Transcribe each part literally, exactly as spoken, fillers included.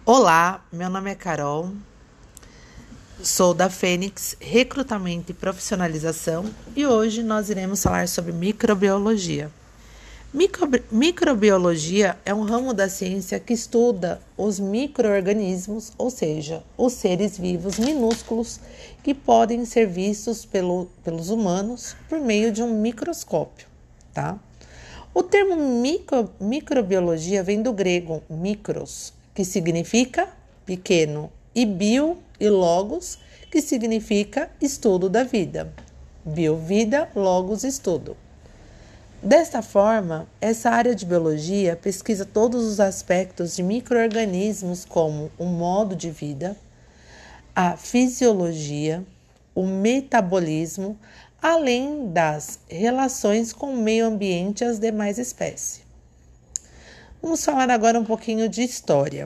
Olá, meu nome é Carol, sou da Fênix Recrutamento e Profissionalização e hoje nós iremos falar sobre microbiologia. Microbi- microbiologia é um ramo da ciência que estuda os micro-organismos, ou seja, os seres vivos minúsculos que podem ser vistos pelo, pelos humanos por meio de um microscópio, tá? O termo micro, microbiologia vem do grego micros, que significa pequeno, e bio e logos, que significa estudo da vida. Bio, vida, logos, estudo. Desta forma, essa área de biologia pesquisa todos os aspectos de micro-organismos como o modo de vida, a fisiologia, o metabolismo, além das relações com o meio ambiente e as demais espécies. Vamos falar agora um pouquinho de história.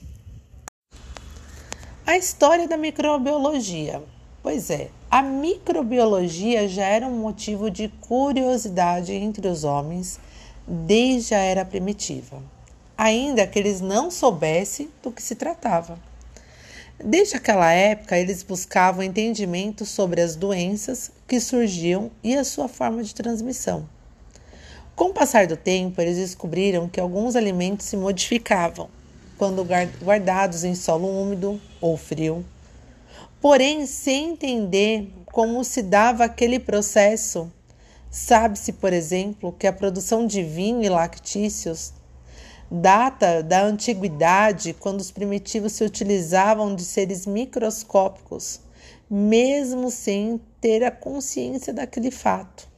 A história da microbiologia. Pois é, a microbiologia já era um motivo de curiosidade entre os homens desde a era primitiva, ainda que eles não soubessem do que se tratava. Desde aquela época, eles buscavam entendimento sobre as doenças que surgiam e a sua forma de transmissão. Com o passar do tempo, eles descobriram que alguns alimentos se modificavam quando guardados em solo úmido ou frio. Porém, sem entender como se dava aquele processo, sabe-se, por exemplo, que a produção de vinho e lactícios data da antiguidade, quando os primitivos se utilizavam de seres microscópicos, mesmo sem ter a consciência daquele fato.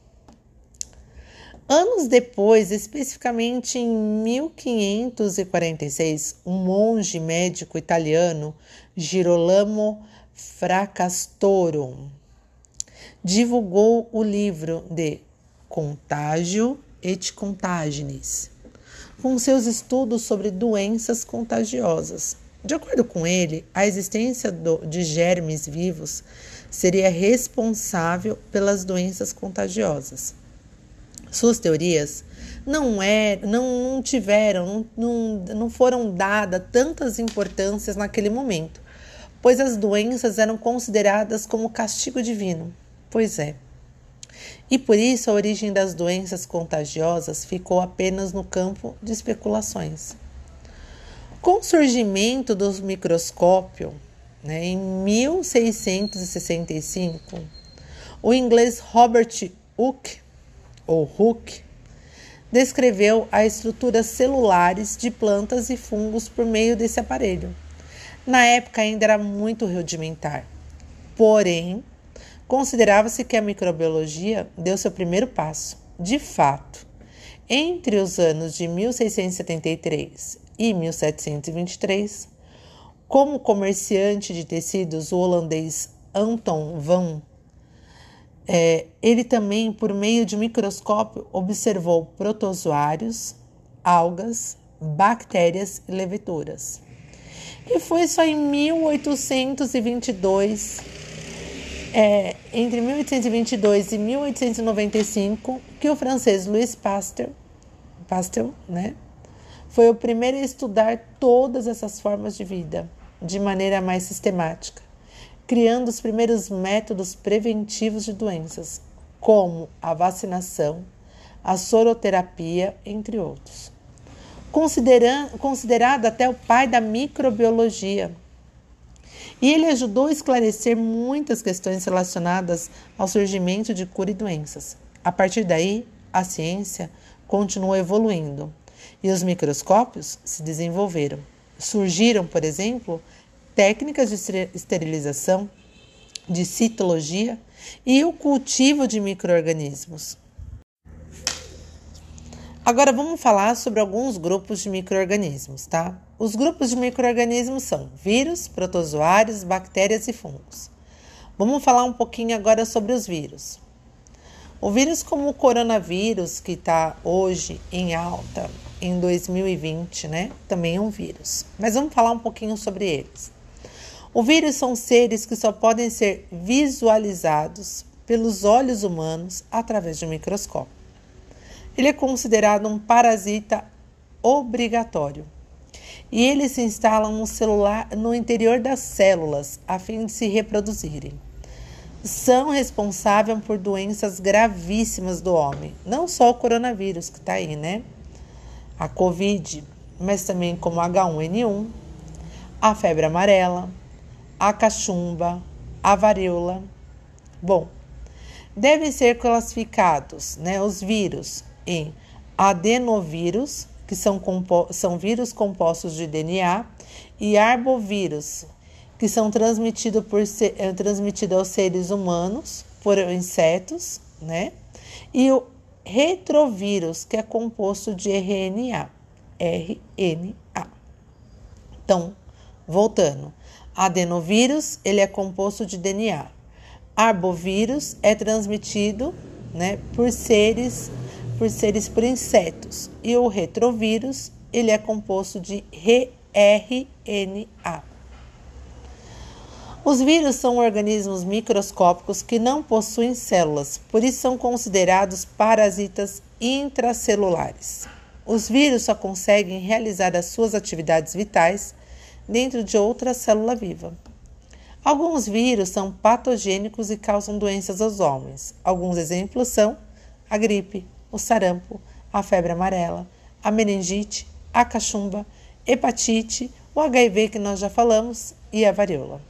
Anos depois, especificamente em mil quinhentos e quarenta e seis, um monge médico italiano, Girolamo Fracastoro, divulgou o livro de Contagio et Contaginis, com seus estudos sobre doenças contagiosas. De acordo com ele, a existência do, de germes vivos seria responsável pelas doenças contagiosas. Suas teorias não, é, não, não tiveram, não, não foram dadas tantas importâncias naquele momento, pois as doenças eram consideradas como castigo divino. Pois é. E por isso a origem das doenças contagiosas ficou apenas no campo de especulações. Com o surgimento do microscópio, né, em mil seiscentos e sessenta e cinco, o inglês Robert Hooke, ou Hooke, descreveu as estruturas celulares de plantas e fungos por meio desse aparelho. Na época ainda era muito rudimentar, porém, considerava-se que a microbiologia deu seu primeiro passo. De fato, entre os anos de mil seiscentos e setenta e três e mil setecentos e vinte e três, como comerciante de tecidos, o holandês Anton van, é, ele também, por meio de um microscópio, observou protozoários, algas, bactérias e leveduras. E foi só em mil oitocentos e vinte e dois, é, entre mil oitocentos e vinte e dois e mil oitocentos e noventa e cinco, que o francês Louis Pasteur, Pasteur, né, foi o primeiro a estudar todas essas formas de vida de maneira mais sistemática, criando os primeiros métodos preventivos de doenças, como a vacinação, a soroterapia, entre outros. Considerado até o pai da microbiologia. E ele ajudou a esclarecer muitas questões relacionadas ao surgimento de cura e doenças. A partir daí, a ciência continuou evoluindo e os microscópios se desenvolveram. Surgiram, por exemplo, técnicas de esterilização, de citologia e o cultivo de micro-organismos. Agora vamos falar sobre alguns grupos de micro-organismos, tá? Os grupos de micro-organismos são vírus, protozoários, bactérias e fungos. Vamos falar um pouquinho agora sobre os vírus. O vírus como o coronavírus, que está hoje em alta em dois mil e vinte, né? Também é um vírus. Mas vamos falar um pouquinho sobre eles. O vírus são seres que só podem ser visualizados pelos olhos humanos através de um microscópio. Ele é considerado um parasita obrigatório e eles se instalam no, celular, no interior das células a fim de se reproduzirem. São responsáveis por doenças gravíssimas do homem, não só o coronavírus que está aí, né? A Covid, mas também como H um N um, a febre amarela, a cachumba, a varíola. Bom, devem ser classificados, né, os vírus em adenovírus, que são, compo- são vírus compostos de D N A, e arbovírus, que são transmitidos por se- é, transmitido aos seres humanos por insetos, né? E o retrovírus, que é composto de R N A. R N A. Então, voltando. Adenovírus, ele é composto de D N A. Arbovírus é transmitido, né, por seres, por seres por insetos. E o retrovírus, ele é composto de R N A. Os vírus são organismos microscópicos que não possuem células, por isso são considerados parasitas intracelulares. Os vírus só conseguem realizar as suas atividades vitais dentro de outra célula viva. Alguns vírus são patogênicos e causam doenças aos homens. Alguns exemplos são a gripe, o sarampo, a febre amarela, a meningite, a cachumba, hepatite, o H I V que nós já falamos e a varíola.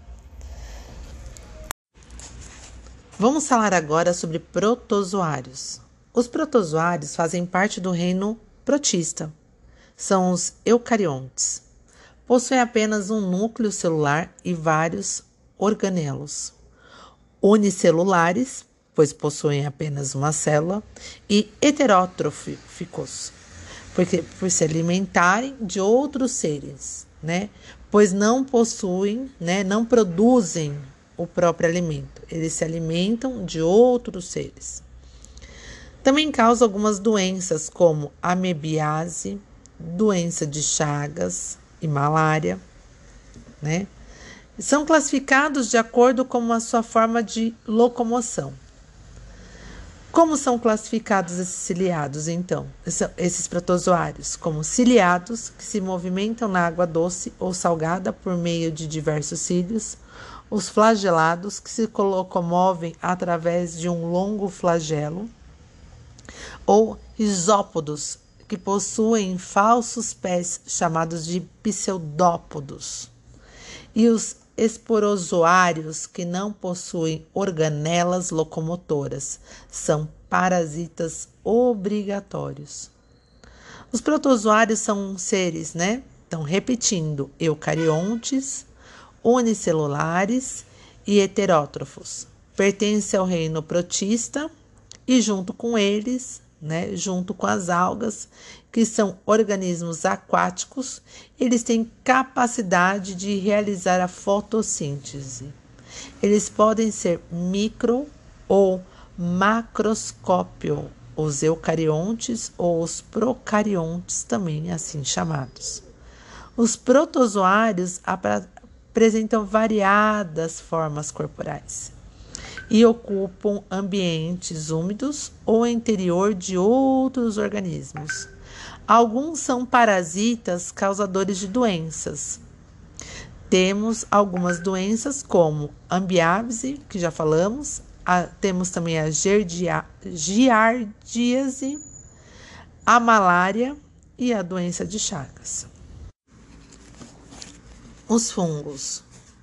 Vamos falar agora sobre protozoários. Os protozoários fazem parte do reino protista. São os eucariontes. Possuem apenas um núcleo celular e vários organelos. Unicelulares, pois possuem apenas uma célula, e heterótrofos, porque por se alimentarem de outros seres, né? Pois não possuem, né? Não produzem o próprio alimento. Eles se alimentam de outros seres. Também causa algumas doenças como amebiase, doença de Chagas e malária, né? São classificados de acordo com a sua forma de locomoção. Como são classificados esses ciliados, então? Esses protozoários, como ciliados, que se movimentam na água doce ou salgada por meio de diversos cílios, os flagelados, que se locomovem através de um longo flagelo, ou isópodos, que possuem falsos pés chamados de pseudópodos, e os esporozoários, que não possuem organelas locomotoras, são parasitas obrigatórios. Os protozoários são seres, né? Então, repetindo, eucariontes, unicelulares e heterótrofos. Pertence ao reino protista e junto com eles, né, junto com as algas, que são organismos aquáticos, eles têm capacidade de realizar a fotossíntese. Eles podem ser micro ou macroscópio, os eucariontes ou os procariontes, também assim chamados. Os protozoários apresentam variadas formas corporais e ocupam ambientes úmidos ou interior de outros organismos. Alguns são parasitas causadores de doenças. Temos algumas doenças como ambiábise, que já falamos, a, temos também a giardia, giardíase, a malária e a doença de Chagas. Os fungos.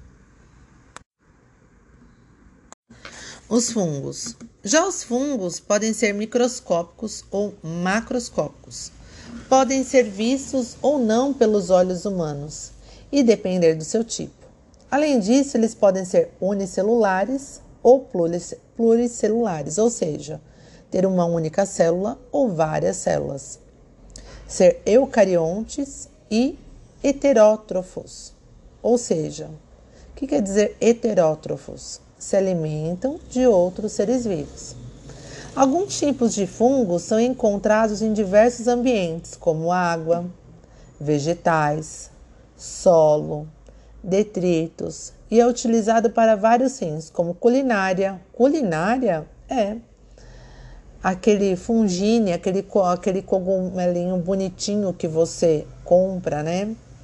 Os fungos. Já os fungos podem ser microscópicos ou macroscópicos. Podem ser vistos ou não pelos olhos humanos e depender do seu tipo. Além disso, eles podem ser unicelulares ou pluricelulares, ou seja, ter uma única célula ou várias células. Ser eucariontes e heterótrofos, ou seja, o que quer dizer heterótrofos? Se alimentam de outros seres vivos. Alguns tipos de fungos são encontrados em diversos ambientes, como água, vegetais, solo, detritos, e é utilizado para vários fins, como culinária. Culinária é aquele fungine, aquele, aquele cogumelinho bonitinho que você compra, né?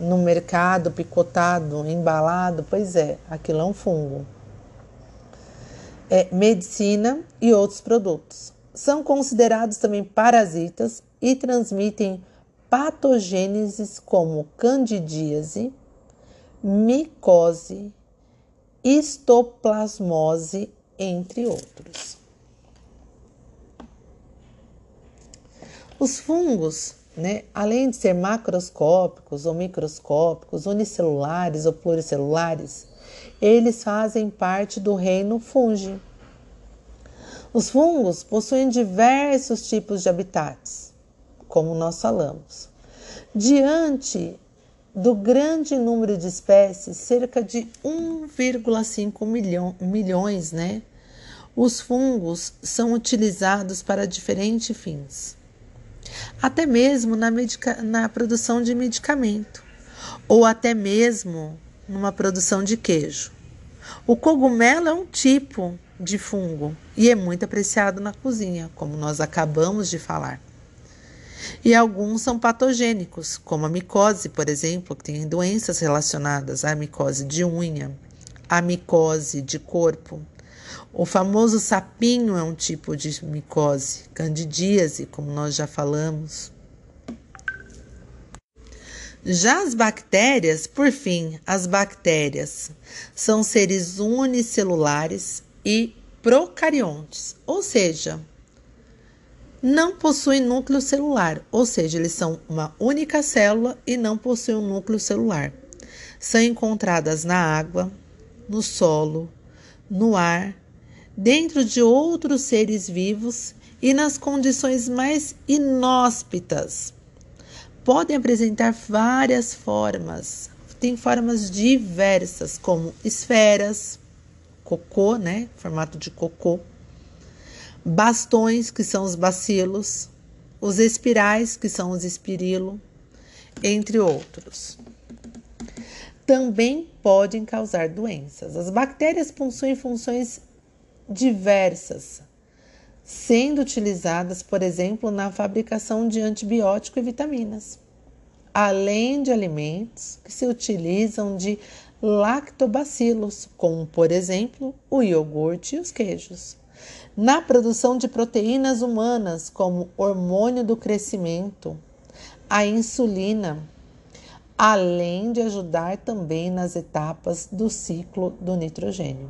no mercado, picotado, embalado, pois é, aquilo é um fungo. É, medicina e outros produtos. São considerados também parasitas e transmitem patogêneses como candidíase, micose, histoplasmose, entre outros. Os fungos, né, além de ser macroscópicos ou microscópicos, unicelulares ou pluricelulares, eles fazem parte do reino fungi. Os fungos possuem diversos tipos de habitats, como nós falamos. Diante do grande número de espécies, cerca de um vírgula cinco milhão, milhões, né? Os fungos são utilizados para diferentes fins. Até mesmo na, medica, na produção de medicamento, ou até mesmo numa produção de queijo. O cogumelo é um tipo de fungo e é muito apreciado na cozinha, como nós acabamos de falar. E alguns são patogênicos, como a micose, por exemplo, que tem doenças relacionadas à micose de unha, à micose de corpo. O famoso sapinho é um tipo de micose, candidíase, como nós já falamos. Já as bactérias, por fim, as bactérias são seres unicelulares e procariontes, ou seja, não possuem núcleo celular, ou seja, eles são uma única célula e não possuem um núcleo celular. São encontradas na água, no solo, no ar, dentro de outros seres vivos e nas condições mais inóspitas. Podem apresentar várias formas, tem formas diversas, como esferas, cocô, né, formato de cocô, bastões, que são os bacilos, os espirais, que são os espirilo, entre outros. Também podem causar doenças. As bactérias possuem funções diversas, sendo utilizadas, por exemplo, na fabricação de antibióticos e vitaminas, além de alimentos que se utilizam de lactobacilos, como, por exemplo, o iogurte e os queijos. Na produção de proteínas humanas, como hormônio do crescimento, a insulina, além de ajudar também nas etapas do ciclo do nitrogênio.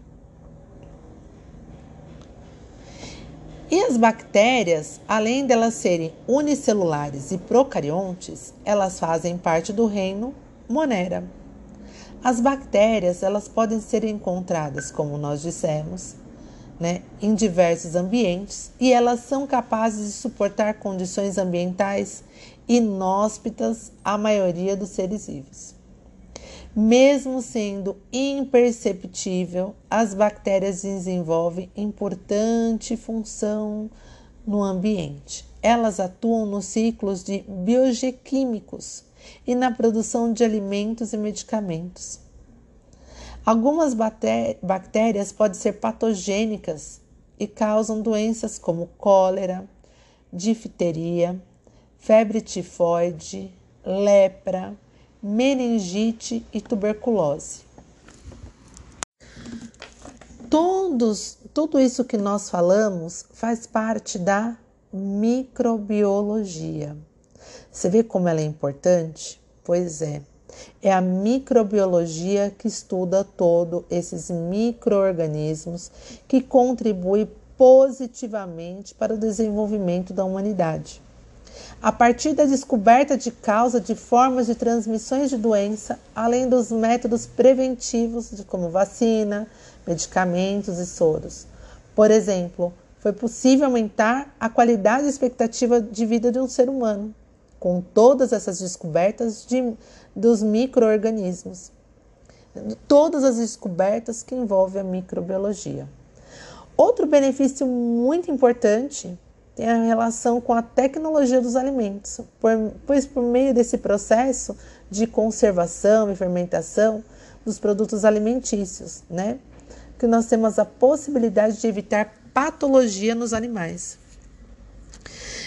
E as bactérias, além delas serem unicelulares e procariontes, elas fazem parte do reino Monera. As bactérias, elas podem ser encontradas, como nós dissemos, né, em diversos ambientes, e elas são capazes de suportar condições ambientais inóspitas à maioria dos seres vivos. Mesmo sendo imperceptível, as bactérias desenvolvem importante função no ambiente. Elas atuam nos ciclos de biogeoquímicos e na produção de alimentos e medicamentos. Algumas bactérias podem ser patogênicas e causam doenças como cólera, difteria, febre tifoide, lepra, meningite e tuberculose. Todos, tudo isso que nós falamos faz parte da microbiologia. Você vê como ela é importante? Pois é. É a microbiologia que estuda todos esses micro-organismos que contribuem positivamente para o desenvolvimento da humanidade. A partir da descoberta de causa de formas de transmissões de doença, além dos métodos preventivos, como vacina, medicamentos e soros. Por exemplo, foi possível aumentar a qualidade e expectativa de vida de um ser humano, com todas essas descobertas de, dos micro-organismos. Todas as descobertas que envolvem a microbiologia. Outro benefício muito importante tem a relação com a tecnologia dos alimentos, pois por meio desse processo de conservação e fermentação dos produtos alimentícios, né, que nós temos a possibilidade de evitar patologia nos animais.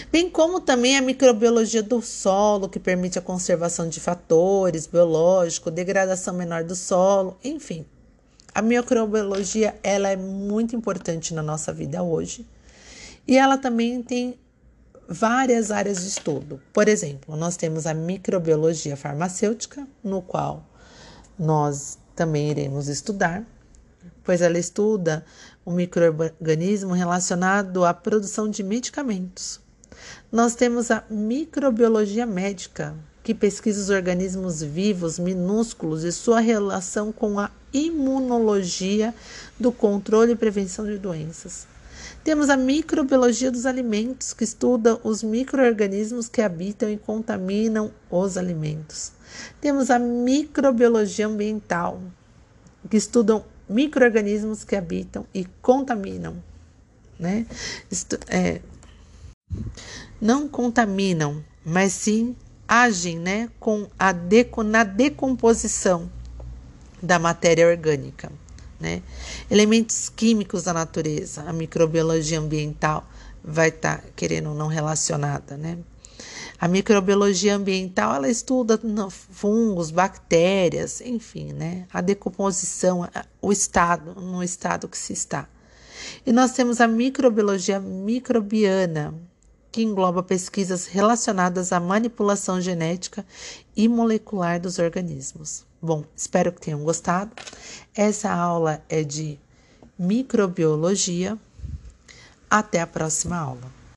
bem como também a microbiologia do solo, que permite a conservação de fatores biológicos, degradação menor do solo, enfim. A microbiologia, ela é muito importante na nossa vida hoje e ela também tem várias áreas de estudo. Por exemplo, nós temos a microbiologia farmacêutica, no qual nós também iremos estudar, pois ela estuda o micro-organismo relacionado à produção de medicamentos. Nós temos a microbiologia médica, que pesquisa os organismos vivos minúsculos e sua relação com a imunologia do controle e prevenção de doenças. Temos a microbiologia dos alimentos, que estuda os micro-organismos que habitam e contaminam os alimentos. Temos a microbiologia ambiental, que estudam micro-organismos que habitam e contaminam, né? Isto, é, não contaminam, mas sim agem, né, com a deco, na decomposição da matéria orgânica, né? Elementos químicos da natureza, a microbiologia ambiental vai estar, tá, querendo ou não, relacionada, né? A microbiologia ambiental, ela estuda fungos, bactérias, enfim, né? A decomposição, o estado, no estado que se está. E nós temos a microbiologia microbiana, que engloba pesquisas relacionadas à manipulação genética e molecular dos organismos. Bom, espero que tenham gostado. Essa aula é de microbiologia. Até a próxima aula.